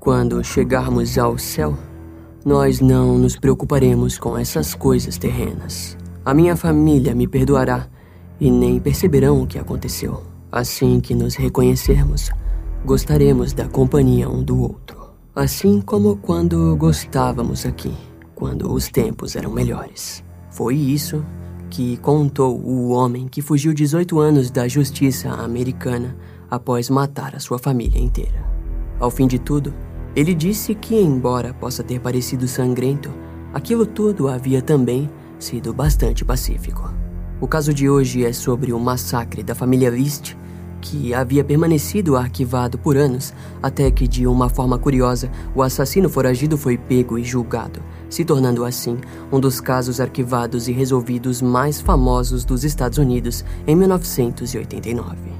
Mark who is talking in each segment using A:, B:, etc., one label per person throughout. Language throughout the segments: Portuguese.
A: Quando chegarmos ao céu, nós não nos preocuparemos com essas coisas terrenas. A minha família me perdoará e nem perceberão o que aconteceu. Assim que nos reconhecermos, gostaremos da companhia um do outro. Assim como quando gostávamos aqui, quando os tempos eram melhores. Foi isso que contou o homem que fugiu 18 anos da justiça americana após matar a sua família inteira. Ao fim de tudo, ele disse que, embora possa ter parecido sangrento, aquilo tudo havia também sido bastante pacífico. O caso de hoje é sobre o massacre da família List, que havia permanecido arquivado por anos, até que, de uma forma curiosa, o assassino foragido foi pego e julgado, se tornando assim um dos casos arquivados e resolvidos mais famosos dos Estados Unidos em 1989.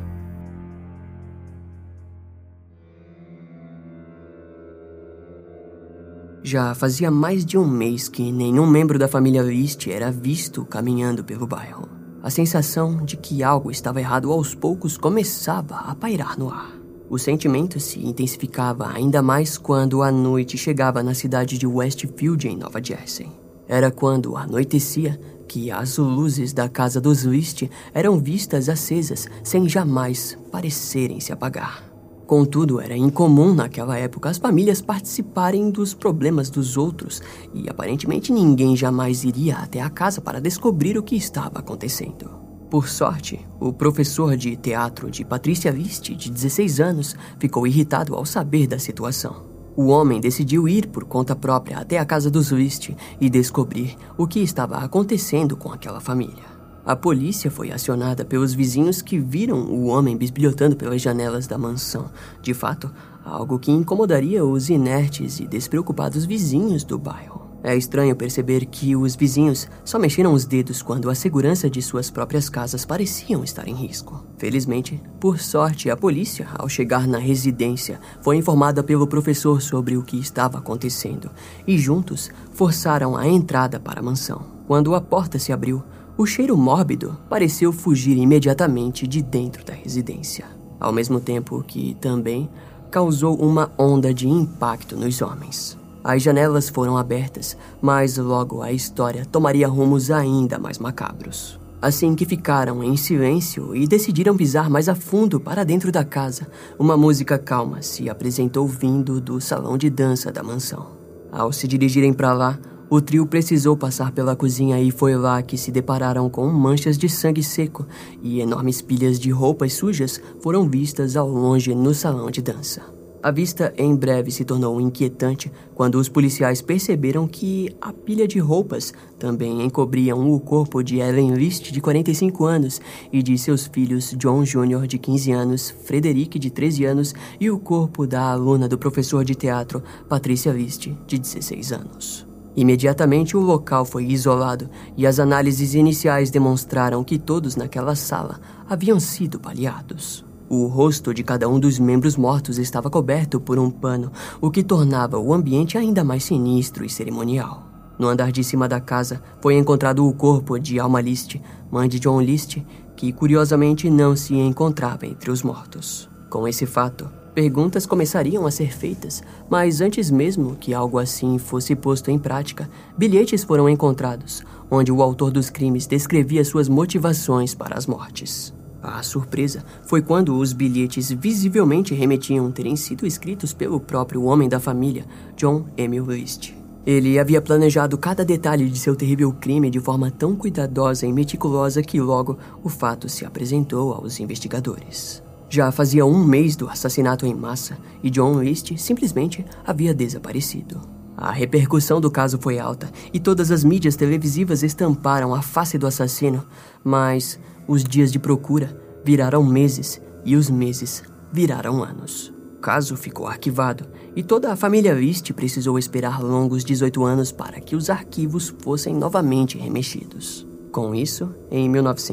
A: Já fazia mais de um mês que nenhum membro da família List era visto caminhando pelo bairro. A sensação de que algo estava errado aos poucos começava a pairar no ar. O sentimento se intensificava ainda mais quando a noite chegava na cidade de Westfield, em Nova Jersey. Era quando anoitecia que as luzes da casa dos List eram vistas acesas sem jamais parecerem se apagar. Contudo, era incomum naquela época as famílias participarem dos problemas dos outros e aparentemente ninguém jamais iria até a casa para descobrir o que estava acontecendo. Por sorte, o professor de teatro de Patricia List, de 16 anos, ficou irritado ao saber da situação. O homem decidiu ir por conta própria até a casa dos List e descobrir o que estava acontecendo com aquela família. A polícia foi acionada pelos vizinhos que viram o homem bisbilhotando pelas janelas da mansão. De fato, algo que incomodaria os inertes e despreocupados vizinhos do bairro. É estranho perceber que os vizinhos só mexeram os dedos quando a segurança de suas próprias casas pareciam estar em risco. Felizmente, por sorte, a polícia, ao chegar na residência, foi informada pelo professor sobre o que estava acontecendo e juntos forçaram a entrada para a mansão. Quando a porta se abriu, o cheiro mórbido pareceu fugir imediatamente de dentro da residência, ao mesmo tempo que também causou uma onda de impacto nos homens. As janelas foram abertas, mas logo a história tomaria rumos ainda mais macabros. Assim que ficaram em silêncio e decidiram pisar mais a fundo para dentro da casa, uma música calma se apresentou vindo do salão de dança da mansão. Ao se dirigirem para lá, o trio precisou passar pela cozinha e foi lá que se depararam com manchas de sangue seco e enormes pilhas de roupas sujas foram vistas ao longe no salão de dança. A vista em breve se tornou inquietante quando os policiais perceberam que a pilha de roupas também encobriam o corpo de Ellen List, de 45 anos, e de seus filhos John Jr., de 15 anos, Frederick, de 13 anos, e o corpo da aluna do professor de teatro, Patricia List, de 16 anos. Imediatamente o local foi isolado e as análises iniciais demonstraram que todos naquela sala haviam sido baleados. O rosto de cada um dos membros mortos estava coberto por um pano, o que tornava o ambiente ainda mais sinistro e cerimonial. No andar de cima da casa foi encontrado o corpo de Alma List, mãe de John List, que curiosamente não se encontrava entre os mortos. Com esse fato, perguntas começariam a ser feitas, mas antes mesmo que algo assim fosse posto em prática, bilhetes foram encontrados, onde o autor dos crimes descrevia suas motivações para as mortes. A surpresa foi quando os bilhetes visivelmente remetiam terem sido escritos pelo próprio homem da família, John Emil List. Ele havia planejado cada detalhe de seu terrível crime de forma tão cuidadosa e meticulosa que logo o fato se apresentou aos investigadores. Já fazia um mês do assassinato em massa e John List simplesmente havia desaparecido. A repercussão do caso foi alta e todas as mídias televisivas estamparam a face do assassino, mas os dias de procura viraram meses e os meses viraram anos. O caso ficou arquivado e toda a família List precisou esperar longos 18 anos para que os arquivos fossem novamente remexidos. Com isso, em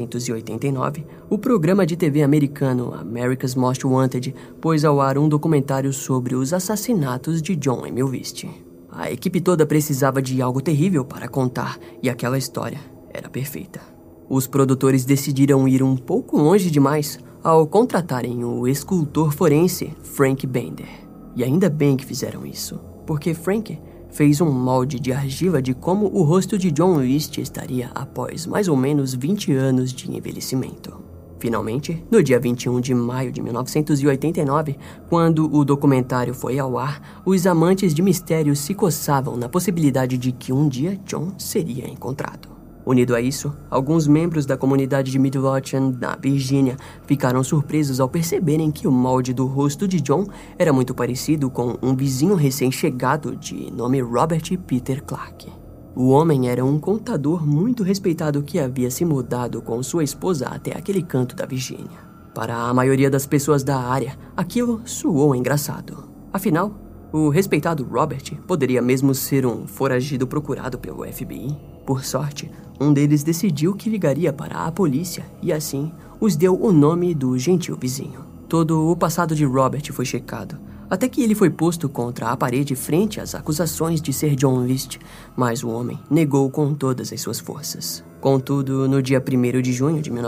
A: 1989, o programa de TV americano America's Most Wanted pôs ao ar um documentário sobre os assassinatos de John Emil List. A equipe toda precisava de algo terrível para contar e aquela história era perfeita. Os produtores decidiram ir um pouco longe demais ao contratarem o escultor forense Frank Bender. E ainda bem que fizeram isso, porque Frank fez um molde de argila de como o rosto de John List estaria após mais ou menos 20 anos de envelhecimento. Finalmente, no dia 21 de maio de 1989, quando o documentário foi ao ar, os amantes de mistério se coçavam na possibilidade de que um dia John seria encontrado. Unido a isso, alguns membros da comunidade de Midlothian, na Virgínia, ficaram surpresos ao perceberem que o molde do rosto de John era muito parecido com um vizinho recém-chegado de nome Robert Peter Clark. O homem era um contador muito respeitado que havia se mudado com sua esposa até aquele canto da Virgínia. Para a maioria das pessoas da área, aquilo soou engraçado. Afinal, o respeitado Robert poderia mesmo ser um foragido procurado pelo FBI. Por sorte, um deles decidiu que ligaria para a polícia e assim os deu o nome do gentil vizinho. Todo o passado de Robert foi checado, até que ele foi posto contra a parede frente às acusações de ser John List, mas o homem negou com todas as suas forças. Contudo, no dia 1º de junho de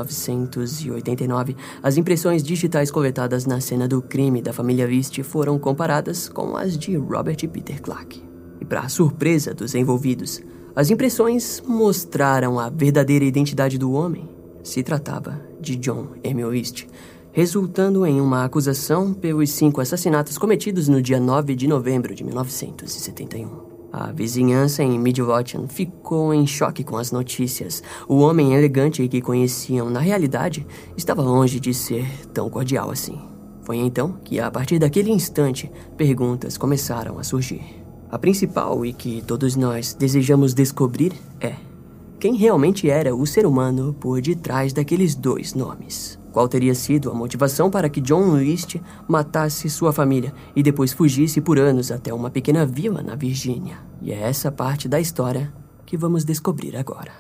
A: 1989, as impressões digitais coletadas na cena do crime da família List foram comparadas com as de Robert Peter Clark. E para surpresa dos envolvidos, as impressões mostraram a verdadeira identidade do homem. Se tratava de John Emil List, resultando em uma acusação pelos 5 assassinatos cometidos no dia 9 de novembro de 1971. A vizinhança em Midlothian ficou em choque com as notícias. O homem elegante que conheciam, na realidade, estava longe de ser tão cordial assim. Foi então que, a partir daquele instante, perguntas começaram a surgir. A principal e que todos nós desejamos descobrir é: quem realmente era o ser humano por detrás daqueles 2 nomes? Qual teria sido a motivação para que John List matasse sua família e depois fugisse por anos até uma pequena vila na Virgínia? E é essa parte da história que vamos descobrir agora.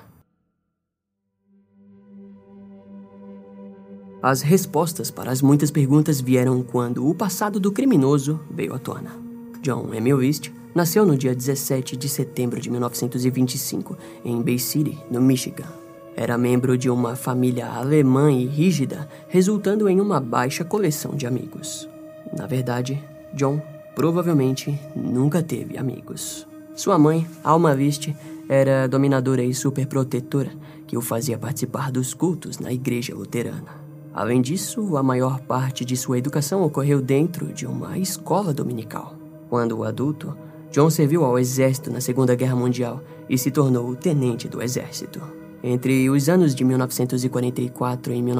A: As respostas para as muitas perguntas vieram quando o passado do criminoso veio à tona. John Emil List nasceu no dia 17 de setembro de 1925 em Bay City, no Michigan. Era membro de uma família alemã e rígida, resultando em uma baixa coleção de amigos. Na verdade, John provavelmente nunca teve amigos. Sua mãe, Alma List, era dominadora e superprotetora, que o fazia participar dos cultos na igreja luterana. Além disso, a maior parte de sua educação ocorreu dentro de uma escola dominical. Quando adulto, John serviu ao exército na Segunda Guerra Mundial e se tornou tenente do exército. Entre os anos de 1944 e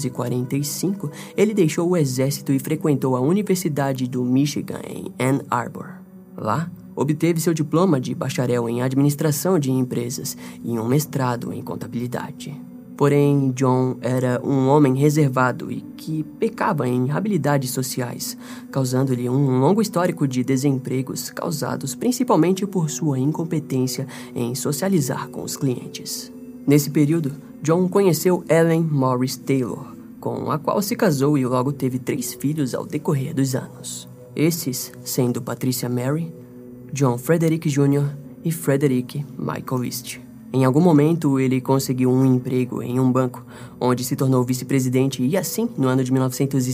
A: 1945, ele deixou o exército e frequentou a Universidade do Michigan em Ann Arbor. Lá, obteve seu diploma de bacharel em administração de empresas e um mestrado em contabilidade. Porém, John era um homem reservado e que pecava em habilidades sociais, causando-lhe um longo histórico de desempregos causados principalmente por sua incompetência em socializar com os clientes. Nesse período, John conheceu Ellen Morris Taylor, com a qual se casou e logo teve 3 filhos ao decorrer dos anos. Esses sendo Patricia Mary, John Frederick Jr. e Frederick Michael List. Em algum momento, ele conseguiu um emprego em um banco, onde se tornou vice-presidente e assim, no ano de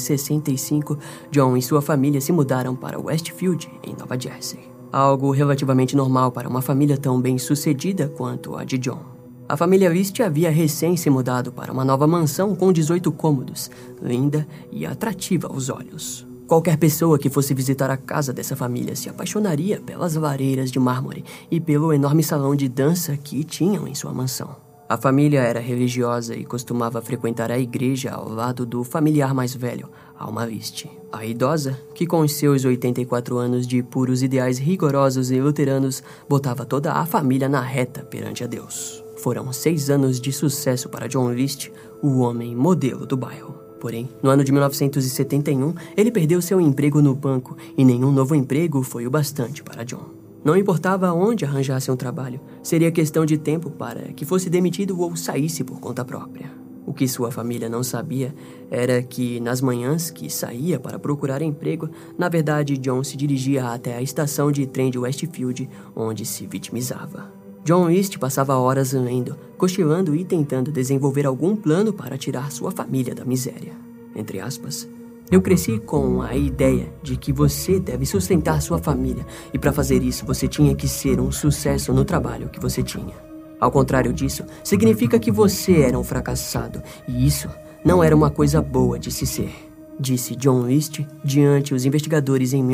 A: 1965, John e sua família se mudaram para Westfield, em Nova Jersey. Algo relativamente normal para uma família tão bem-sucedida quanto a de John. A família List havia recém se mudado para uma nova mansão com 18 cômodos, linda e atrativa aos olhos. Qualquer pessoa que fosse visitar a casa dessa família se apaixonaria pelas lareiras de mármore e pelo enorme salão de dança que tinham em sua mansão. A família era religiosa e costumava frequentar a igreja ao lado do familiar mais velho, Alma List. A idosa, que com os seus 84 anos de puros ideais rigorosos e luteranos, botava toda a família na reta perante a Deus. Foram 6 anos de sucesso para John List, o homem modelo do bairro. Porém, no ano de 1971, ele perdeu seu emprego no banco e nenhum novo emprego foi o bastante para John. Não importava onde arranjasse um trabalho, seria questão de tempo para que fosse demitido ou saísse por conta própria. O que sua família não sabia era que, nas manhãs que saía para procurar emprego, na verdade, John se dirigia até a estação de trem de Westfield, onde se vitimizava. John List passava horas lendo, cochilando e tentando desenvolver algum plano para tirar sua família da miséria. Entre aspas, Eu cresci com a ideia de que você deve sustentar sua família e para fazer isso você tinha que ser um sucesso no trabalho que você tinha. Ao contrário disso, significa que você era um fracassado e isso não era uma coisa boa de se ser, disse John List diante os investigadores em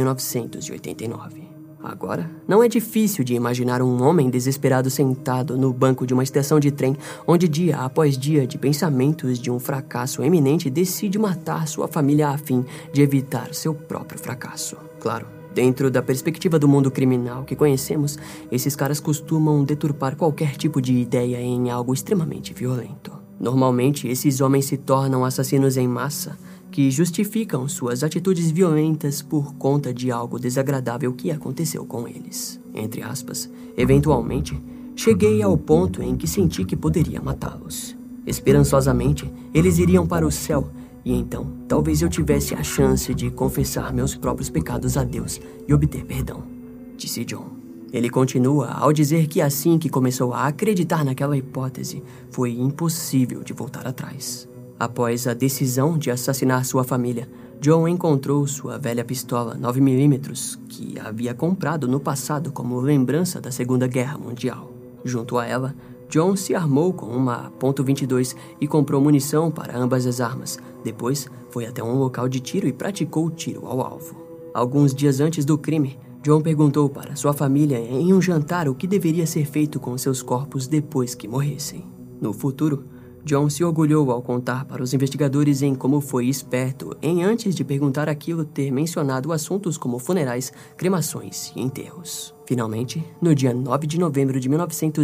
A: 1989. Agora, não é difícil de imaginar um homem desesperado sentado no banco de uma estação de trem, onde dia após dia de pensamentos de um fracasso eminente decide matar sua família a fim de evitar seu próprio fracasso. Claro, dentro da perspectiva do mundo criminal que conhecemos, esses caras costumam deturpar qualquer tipo de ideia em algo extremamente violento. Normalmente, esses homens se tornam assassinos em massa, que justificam suas atitudes violentas por conta de algo desagradável que aconteceu com eles. Entre aspas, eventualmente, cheguei ao ponto em que senti que poderia matá-los. Esperançosamente, eles iriam para o céu, e então, talvez eu tivesse a chance de confessar meus próprios pecados a Deus e obter perdão, disse John. Ele continua ao dizer que assim que começou a acreditar naquela hipótese, foi impossível de voltar atrás. Após a decisão de assassinar sua família, John encontrou sua velha pistola 9mm que havia comprado no passado como lembrança da Segunda Guerra Mundial. Junto a ela, John se armou com uma .22 e comprou munição para ambas as armas. Depois, foi até um local de tiro e praticou o tiro ao alvo. Alguns dias antes do crime, John perguntou para sua família em um jantar o que deveria ser feito com seus corpos depois que morressem. No futuro, John se orgulhou ao contar para os investigadores em como foi esperto em, antes de perguntar aquilo, ter mencionado assuntos como funerais, cremações e enterros. Finalmente, no dia 9 de novembro de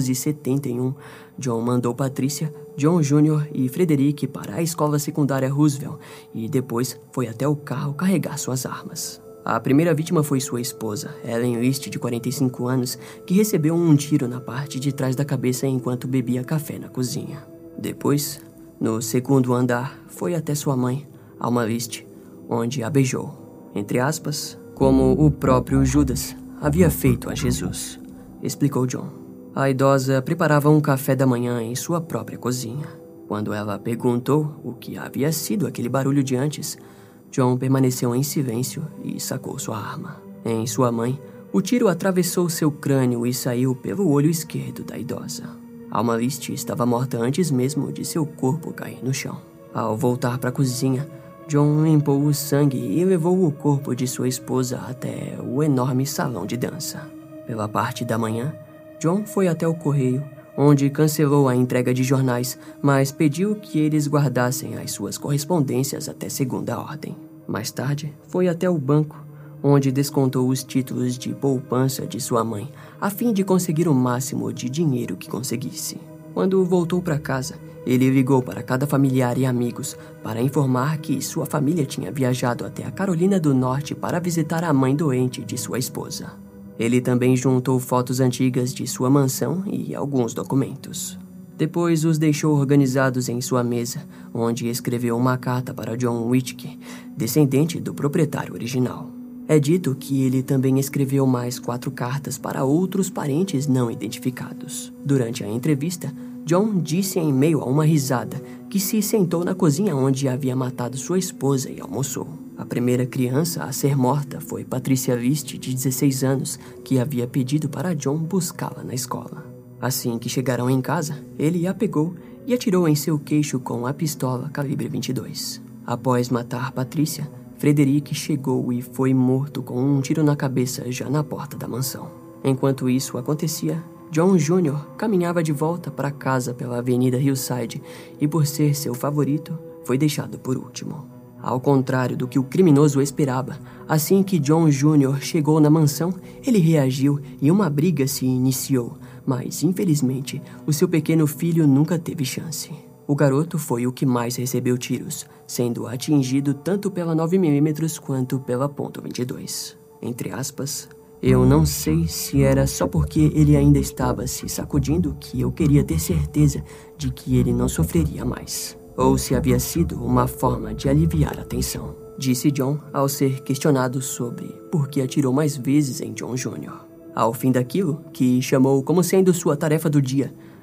A: 1971, John mandou Patricia, John Jr. e Frederick para a escola secundária Roosevelt e depois foi até o carro carregar suas armas. A primeira vítima foi sua esposa, Ellen List, de 45 anos, que recebeu um tiro na parte de trás da cabeça enquanto bebia café na cozinha. Depois, no segundo andar, foi até sua mãe, Alma List, onde a beijou, entre aspas, como o próprio Judas havia feito a Jesus, explicou John. A idosa preparava um café da manhã em sua própria cozinha. Quando ela perguntou o que havia sido aquele barulho de antes, John permaneceu em silêncio e sacou sua arma. Em sua mãe, o tiro atravessou seu crânio e saiu pelo olho esquerdo da idosa. Alma List estava morta antes mesmo de seu corpo cair no chão. Ao voltar para a cozinha, John limpou o sangue e levou o corpo de sua esposa até o enorme salão de dança. Pela parte da manhã, John foi até o correio, onde cancelou a entrega de jornais, mas pediu que eles guardassem as suas correspondências até segunda ordem. Mais tarde, foi até o banco, onde descontou os títulos de poupança de sua mãe, a fim de conseguir o máximo de dinheiro que conseguisse. Quando voltou para casa, ele ligou para cada familiar e amigos para informar que sua família tinha viajado até a Carolina do Norte para visitar a mãe doente de sua esposa. Ele também juntou fotos antigas de sua mansão e alguns documentos. Depois os deixou organizados em sua mesa, onde escreveu uma carta para John Whitke, descendente do proprietário original. É dito que ele também escreveu mais 4 cartas para outros parentes não identificados. Durante a entrevista, John disse em meio a uma risada que se sentou na cozinha onde havia matado sua esposa e almoçou. A primeira criança a ser morta foi Patricia List, de 16 anos, que havia pedido para John buscá-la na escola. Assim que chegaram em casa, ele a pegou e atirou em seu queixo com a pistola calibre 22. Após matar Patricia, Frederick chegou e foi morto com um tiro na cabeça já na porta da mansão. Enquanto isso acontecia, John Jr. caminhava de volta para casa pela Avenida Hillside e, por ser seu favorito, foi deixado por último. Ao contrário do que o criminoso esperava, assim que John Jr. chegou na mansão, ele reagiu e uma briga se iniciou, mas, infelizmente, o seu pequeno filho nunca teve chance. O garoto foi o que mais recebeu tiros, sendo atingido tanto pela 9mm quanto pela .22. Entre aspas, eu não sei se era só porque ele ainda estava se sacudindo que eu queria ter certeza de que ele não sofreria mais, ou se havia sido uma forma de aliviar a tensão, disse John ao ser questionado sobre por que atirou mais vezes em John Jr. Ao fim daquilo, que chamou como sendo sua tarefa do dia,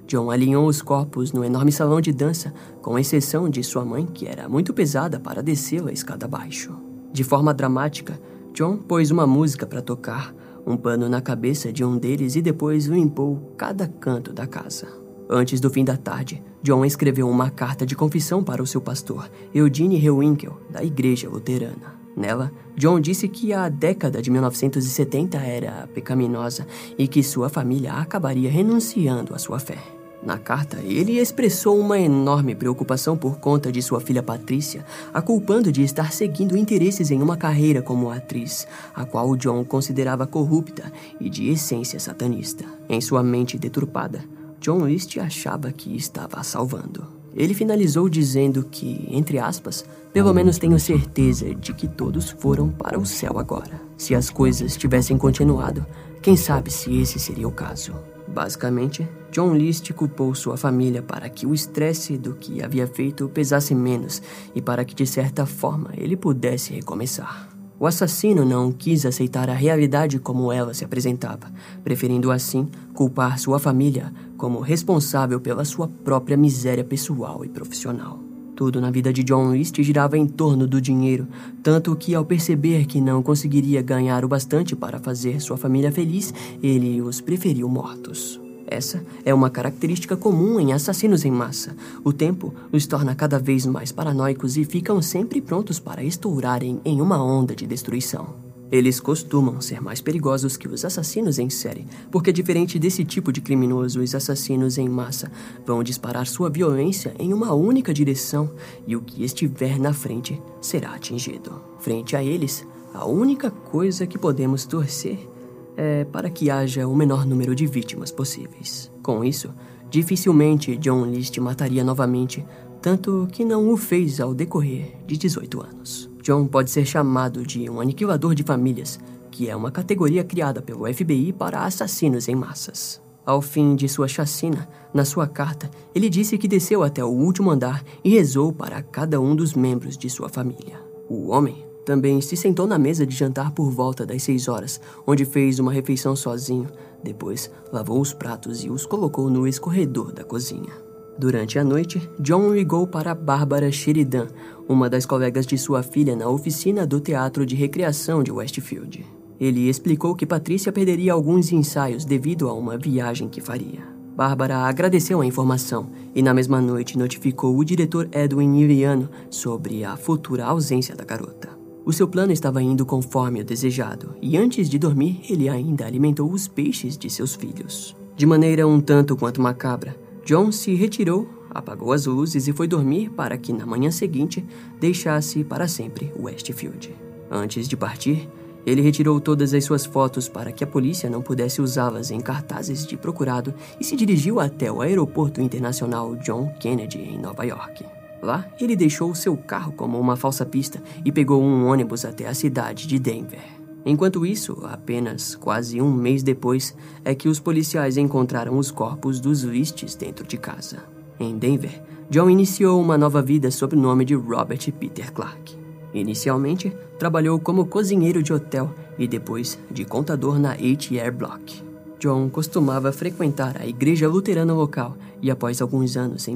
A: John alinhou os corpos no enorme salão de dança, com exceção de sua mãe, que era muito pesada para descê-la a escada abaixo. De forma dramática, John pôs uma música para tocar, um pano na cabeça de um deles e depois limpou cada canto da casa. Antes do fim da tarde, John escreveu uma carta de confissão para o seu pastor, Eugene Rewinkel, da Igreja Luterana. Nela, John disse que a década de 1970 era pecaminosa e que sua família acabaria renunciando à sua fé. Na carta, ele expressou uma enorme preocupação por conta de sua filha Patrícia, a culpando de estar seguindo interesses em uma carreira como atriz, a qual John considerava corrupta e de essência satanista. Em sua mente deturpada, John List achava que estava a salvando. Ele finalizou dizendo que, entre aspas, pelo menos tenho certeza de que todos foram para o céu agora. Se as coisas tivessem continuado, quem sabe se esse seria o caso. Basicamente, John List culpou sua família para que o estresse do que havia feito pesasse menos e para que, de certa forma, ele pudesse recomeçar. O assassino não quis aceitar a realidade como ela se apresentava, preferindo assim culpar sua família como responsável pela sua própria miséria pessoal e profissional. Tudo na vida de John List girava em torno do dinheiro, tanto que ao perceber que não conseguiria ganhar o bastante para fazer sua família feliz, ele os preferiu mortos. Essa é uma característica comum em assassinos em massa. O tempo os torna cada vez mais paranoicos e ficam sempre prontos para estourarem em uma onda de destruição. Eles costumam ser mais perigosos que os assassinos em série, porque diferente desse tipo de criminoso, os assassinos em massa vão disparar sua violência em uma única direção e o que estiver na frente será atingido. Frente a eles, a única coisa que podemos torcer é para que haja o menor número de vítimas possíveis. Com isso, dificilmente John List mataria novamente, tanto que não o fez ao decorrer de 18 anos. John pode ser chamado de um aniquilador de famílias, que é uma categoria criada pelo FBI para assassinos em massas. Ao fim de sua chacina, na sua carta, ele disse que desceu até o último andar e rezou para cada um dos membros de sua família. O homem também se sentou na mesa de jantar por volta das 6 horas, onde fez uma refeição sozinho. Depois, lavou os pratos e os colocou no escorredor da cozinha. Durante a noite, John ligou para Barbara Sheridan, uma das colegas de sua filha na oficina do Teatro de Recreação de Westfield. Ele explicou que Patrícia perderia alguns ensaios devido a uma viagem que faria. Bárbara agradeceu a informação e na mesma noite notificou o diretor Edwin Iliano sobre a futura ausência da garota. O seu plano estava indo conforme o desejado e antes de dormir ele ainda alimentou os peixes de seus filhos. De maneira um tanto quanto macabra, John se retirou, apagou as luzes e foi dormir para que na manhã seguinte deixasse para sempre Westfield. Antes de partir, ele retirou todas as suas fotos para que a polícia não pudesse usá-las em cartazes de procurado e se dirigiu até o aeroporto internacional John Kennedy, em Nova York. Lá, ele deixou seu carro como uma falsa pista e pegou um ônibus até a cidade de Denver. Enquanto isso, apenas quase um mês depois, é que os policiais encontraram os corpos dos Lists dentro de casa. Em Denver, John iniciou uma nova vida sob o nome de Robert Peter Clark. Inicialmente, trabalhou como cozinheiro de hotel e depois de contador na HR Block. John costumava frequentar a igreja luterana local e após alguns anos, em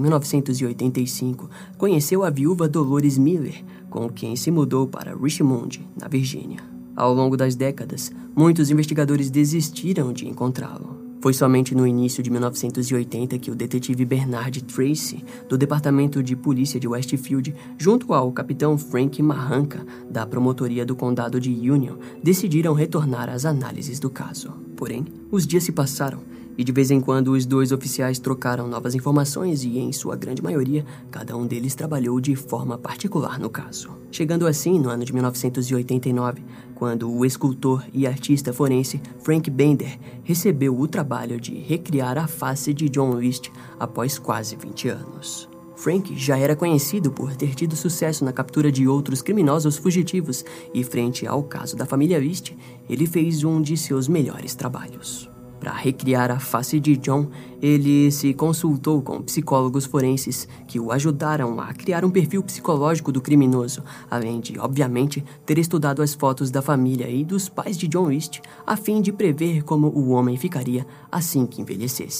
A: 1985, conheceu a viúva Dolores Miller, com quem se mudou para Richmond, na Virgínia. Ao longo das décadas, muitos investigadores desistiram de encontrá-lo. Foi somente no início de 1980 que o detetive Bernard Tracy, do Departamento de Polícia de Westfield, junto ao capitão Frank Mahanka, da Promotoria do Condado de Union, decidiram retornar às análises do caso. Porém, os dias se passaram e de vez em quando os dois oficiais trocaram novas informações e, em sua grande maioria, cada um deles trabalhou de forma particular no caso. Chegando assim no ano de 1989, quando o escultor e artista forense Frank Bender recebeu o trabalho de recriar a face de John List após quase 20 anos. Frank já era conhecido por ter tido sucesso na captura de outros criminosos fugitivos e, frente ao caso da família List, ele fez um de seus melhores trabalhos. Para recriar a face de John, ele se consultou com psicólogos forenses que o ajudaram a criar um perfil psicológico do criminoso, além de, obviamente, ter estudado as fotos da família e dos pais de John List, a fim de prever como o homem ficaria assim que envelhecesse.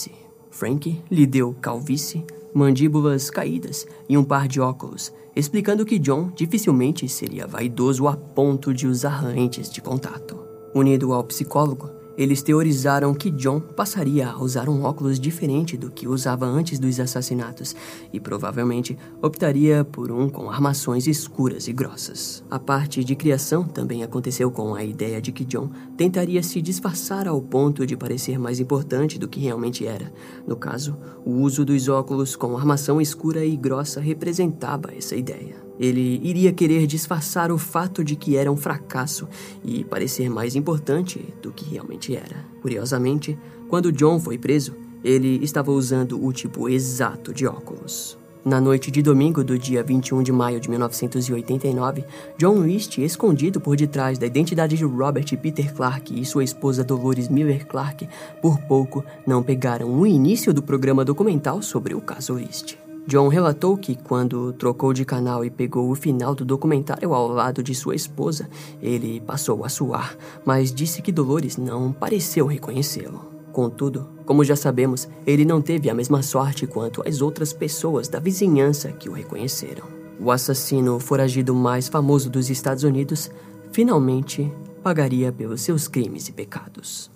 A: Frank lhe deu calvície, mandíbulas caídas e um par de óculos, explicando que John dificilmente seria vaidoso a ponto de usar lentes de contato. Unido ao psicólogo, eles teorizaram que John passaria a usar um óculos diferente do que usava antes dos assassinatos e provavelmente optaria por um com armações escuras e grossas. A parte de criação também aconteceu com a ideia de que John tentaria se disfarçar ao ponto de parecer mais importante do que realmente era. No caso, o uso dos óculos com armação escura e grossa representava essa ideia. Ele iria querer disfarçar o fato de que era um fracasso e parecer mais importante do que realmente era. Curiosamente, quando John foi preso, ele estava usando o tipo exato de óculos. Na noite de domingo do dia 21 de maio de 1989, John List, escondido por detrás da identidade de Robert Peter Clark e sua esposa Dolores Miller Clark, por pouco não pegaram o início do programa documental sobre o caso List. John relatou que, quando trocou de canal e pegou o final do documentário ao lado de sua esposa, ele passou a suar, mas disse que Dolores não pareceu reconhecê-lo. Contudo, como já sabemos, ele não teve a mesma sorte quanto as outras pessoas da vizinhança que o reconheceram. O assassino foragido mais famoso dos Estados Unidos finalmente pagaria pelos seus crimes e pecados.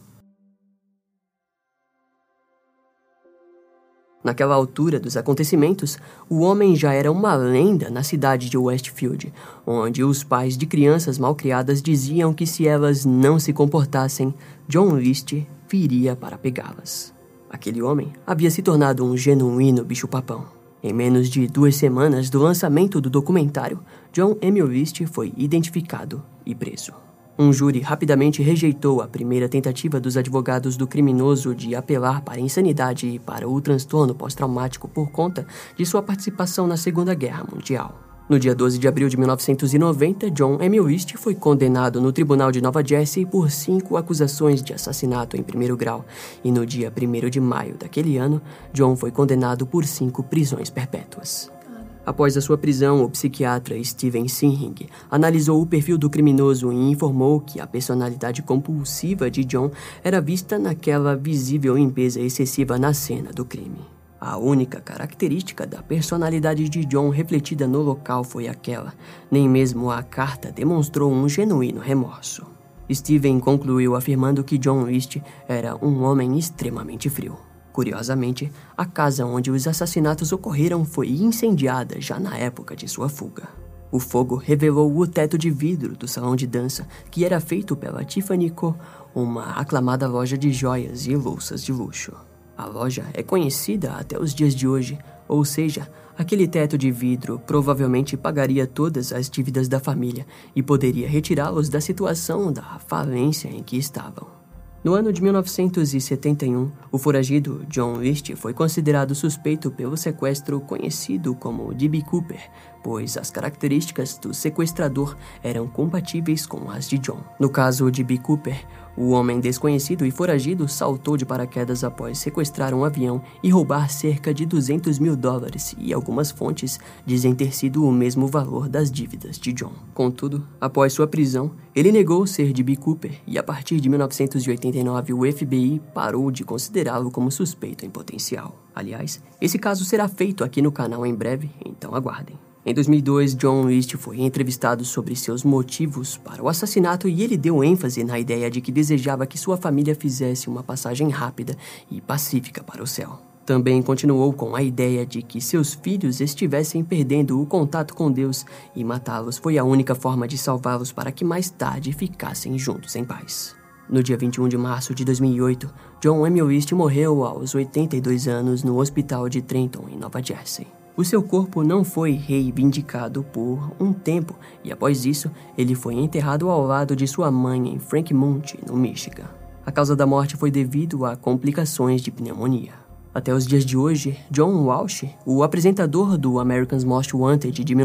A: Naquela altura dos acontecimentos, o homem já era uma lenda na cidade de Westfield, onde os pais de crianças malcriadas diziam que se elas não se comportassem, John List viria para pegá-las. Aquele homem havia se tornado um genuíno bicho-papão. Em menos de 2 semanas do lançamento do documentário, John Emil List foi identificado e preso. Um júri rapidamente rejeitou a primeira tentativa dos advogados do criminoso de apelar para a insanidade e para o transtorno pós-traumático por conta de sua participação na Segunda Guerra Mundial. No dia 12 de abril de 1990, John Emil List foi condenado no Tribunal de Nova Jersey por 5 acusações de assassinato em primeiro grau, e no dia 1º de maio daquele ano, John foi condenado por 5 prisões perpétuas. Após a sua prisão, o psiquiatra Steven Sinring analisou o perfil do criminoso e informou que a personalidade compulsiva de John era vista naquela visível limpeza excessiva na cena do crime. A única característica da personalidade de John refletida no local foi aquela. Nem mesmo a carta demonstrou um genuíno remorso. Steven concluiu afirmando que John List era um homem extremamente frio. Curiosamente, a casa onde os assassinatos ocorreram foi incendiada já na época de sua fuga. O fogo revelou o teto de vidro do salão de dança, que era feito pela Tiffany Co., uma aclamada loja de joias e louças de luxo. A loja é conhecida até os dias de hoje, ou seja, aquele teto de vidro provavelmente pagaria todas as dívidas da família e poderia retirá-los da situação da falência em que estavam. No ano de 1971, o foragido John List foi considerado suspeito pelo sequestro conhecido como D.B. Cooper, pois as características do sequestrador eram compatíveis com as de John. No caso de D.B. Cooper, o homem desconhecido e foragido saltou de paraquedas após sequestrar um avião e roubar cerca de $200 mil, e algumas fontes dizem ter sido o mesmo valor das dívidas de John. Contudo, após sua prisão, ele negou ser D.B. Cooper e a partir de 1989 o FBI parou de considerá-lo como suspeito em potencial. Aliás, esse caso será feito aqui no canal em breve, então aguardem. Em 2002, John List foi entrevistado sobre seus motivos para o assassinato e ele deu ênfase na ideia de que desejava que sua família fizesse uma passagem rápida e pacífica para o céu. Também continuou com a ideia de que seus filhos estivessem perdendo o contato com Deus e matá-los foi a única forma de salvá-los para que mais tarde ficassem juntos em paz. No dia 21 de março de 2008, John Emil List morreu aos 82 anos no hospital de Trenton, em Nova Jersey. O seu corpo não foi reivindicado por um tempo e após isso, ele foi enterrado ao lado de sua mãe em Frankmont, no Michigan. A causa da morte foi devido a complicações de pneumonia. Até os dias de hoje, John Walsh, o apresentador do America's Most Wanted de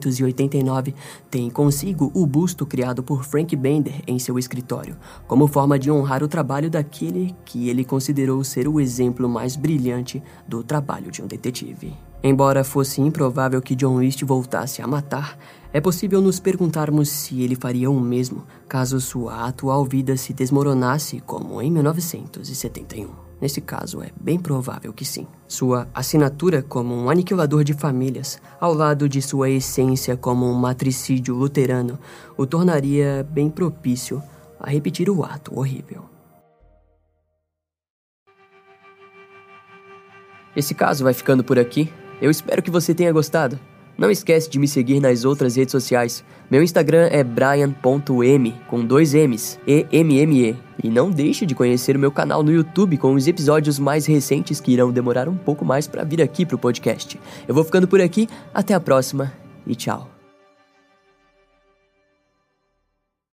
A: 1989, tem consigo o busto criado por Frank Bender em seu escritório, como forma de honrar o trabalho daquele que ele considerou ser o exemplo mais brilhante do trabalho de um detetive. Embora fosse improvável que John List voltasse a matar, é possível nos perguntarmos se ele faria o mesmo caso sua atual vida se desmoronasse como em 1971. Nesse caso, é bem provável que sim. Sua assinatura como um aniquilador de famílias, ao lado de sua essência como um matricídio luterano, o tornaria bem propício a repetir o ato horrível. Esse caso vai ficando por aqui. Eu espero que você tenha gostado. Não esquece de me seguir nas outras redes sociais. Meu Instagram é brian.m, com 2 M's, E-M-M-E. E não deixe de conhecer o meu canal no YouTube com os episódios mais recentes que irão demorar um pouco mais para vir aqui pro podcast. Eu vou ficando por aqui, até a próxima e tchau.